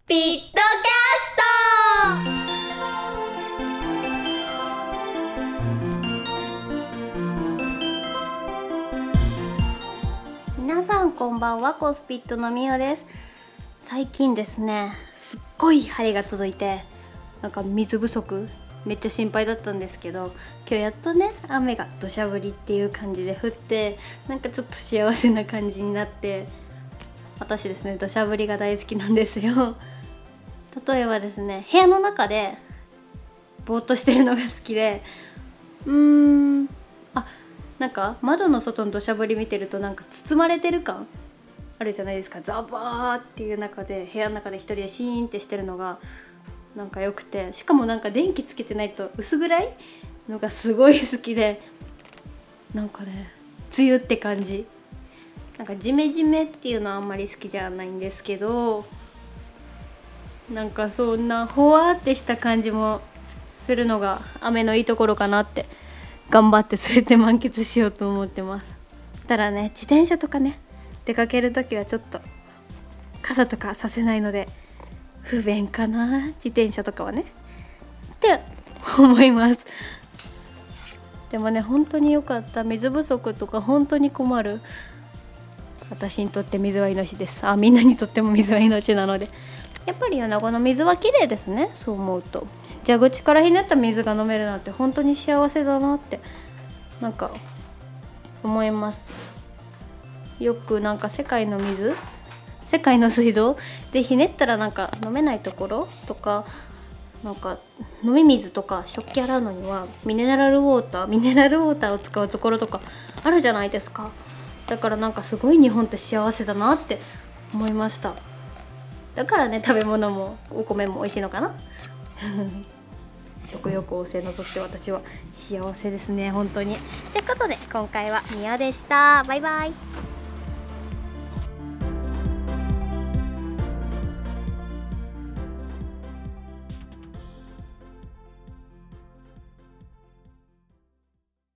ピットキャスト。皆さんこんばんは、コスピットのみおです。最近ですね、すっごい晴れが続いて、なんか水不足めっちゃ心配だったんですけど、今日やっとね雨が土砂降りっていう感じで降って、なんかちょっと幸せな感じになって、私ですね土砂降りが大好きなんですよ。例えばですね、部屋の中でぼーっとしてるのが好きで、なんか窓の外の土砂降り見てると、なんか包まれてる感あるじゃないですか。ザバーっていう中で、部屋の中で一人でシーンってしてるのがなんか良くて、しかもなんか電気つけてないと薄暗いのがすごい好きで、なんかね梅雨って感じ。なんかジメジメっていうのはあんまり好きじゃないんですけど、なんかそんなほわーってした感じもするのが雨のいいところかなって、頑張ってそうやって満喫しようと思ってます。ただね、自転車とかね出かけるときはちょっと傘とかさせないので不便かな、自転車とかはねって思います。でもね、本当に良かった。水不足とか本当に困る。私にとって水は命です。みんなにとっても水は命なので、やっぱり米子の水は綺麗ですね。そう思うと、蛇口からひねった水が飲めるなんて本当に幸せだなってなんか思います。よくなんか世界の水道でひねったらなんか飲めないところとか、なんか飲み水とか食器洗うのにはミネラルウォーターを使うところとかあるじゃないですか。だからなんかすごい日本って幸せだなって思いました。だからね、食べ物もお米も美味しいのかな食欲旺盛のとって私は幸せですね、本当に。ということで今回はみおでした。バイバイ。